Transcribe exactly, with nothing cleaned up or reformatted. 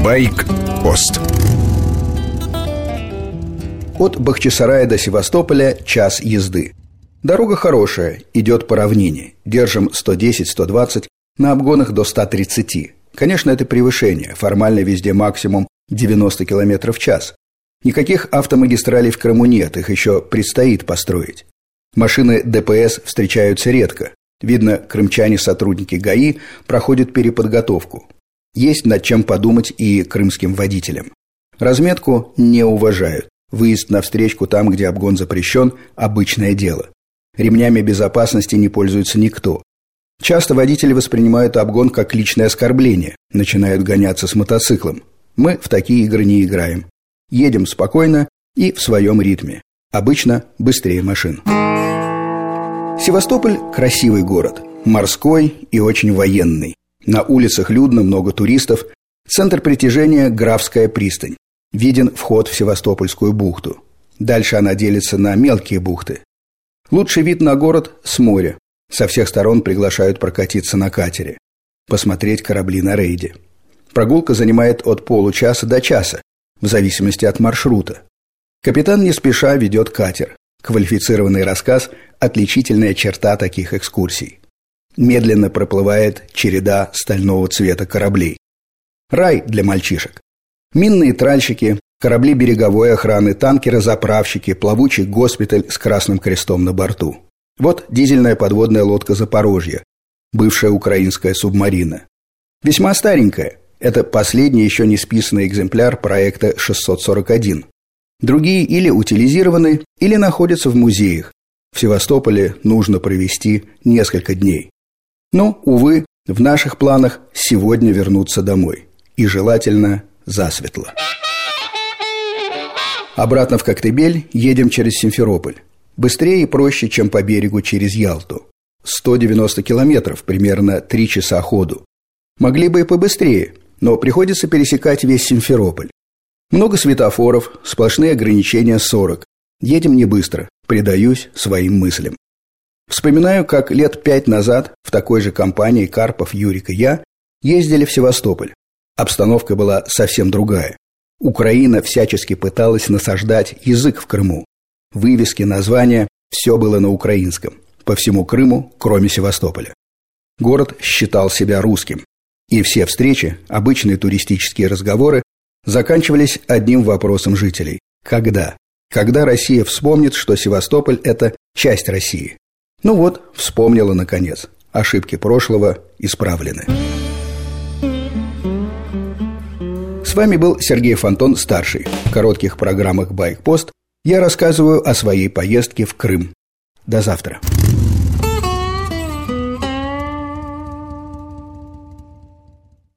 Байк-пост. От Бахчисарая до Севастополя час езды. Дорога хорошая, идет по равнине. Держим сто десять - сто двадцать, на обгонах до ста тридцати. Конечно, это превышение. Формально везде максимум девяносто километров в час. Никаких автомагистралей в Крыму нет, их еще предстоит построить. Машины ДПС встречаются редко. Видно, крымчане-сотрудники ГАИ проходят переподготовку. Есть над чем подумать и крымским водителям. Разметку не уважают. Выезд на встречку там, где обгон запрещен – обычное дело. Ремнями безопасности не пользуется никто. Часто водители воспринимают обгон как личное оскорбление, начинают гоняться с мотоциклом. Мы в такие игры не играем. Едем спокойно и в своем ритме. Обычно быстрее машин. Севастополь – красивый город, морской и очень военный. На улицах людно, много туристов. Центр притяжения – Графская пристань. Виден вход в Севастопольскую бухту. Дальше она делится на мелкие бухты. Лучший вид на город с моря. Со всех сторон приглашают прокатиться на катере. Посмотреть корабли на рейде. Прогулка занимает от получаса до часа, в зависимости от маршрута. Капитан не спеша ведет катер. Квалифицированный рассказ – отличительная черта таких экскурсий. Медленно проплывает череда стального цвета кораблей. Рай для мальчишек. Минные тральщики, корабли береговой охраны, танкеры-заправщики, плавучий госпиталь с красным крестом на борту. Вот дизельная подводная лодка «Запорожье», бывшая украинская субмарина. Весьма старенькая. Это последний еще не списанный экземпляр проекта шестьсот сорок один. Другие или утилизированы, или находятся в музеях. В Севастополе нужно провести несколько дней. Но, увы, в наших планах сегодня вернуться домой. И желательно засветло. Обратно в Коктебель едем через Симферополь. Быстрее и проще, чем по берегу через Ялту. сто девяносто километров, примерно три часа ходу. Могли бы и побыстрее, но приходится пересекать весь Симферополь. Много светофоров, сплошные ограничения сорок. Едем не быстро, предаюсь своим мыслям. Вспоминаю, как лет пять назад в такой же компании Карпов, Юрик и я ездили в Севастополь. Обстановка была совсем другая. Украина всячески пыталась насаждать язык в Крыму. Вывески, названия – все было на украинском. По всему Крыму, кроме Севастополя. Город считал себя русским. И все встречи, обычные туристические разговоры, заканчивались одним вопросом жителей. Когда? Когда Россия вспомнит, что Севастополь – это часть России? Ну вот, вспомнила наконец. Ошибки прошлого исправлены. С вами был Сергей Фонтон-старший. В коротких программах «Байк-пост» я рассказываю о своей поездке в Крым. До завтра.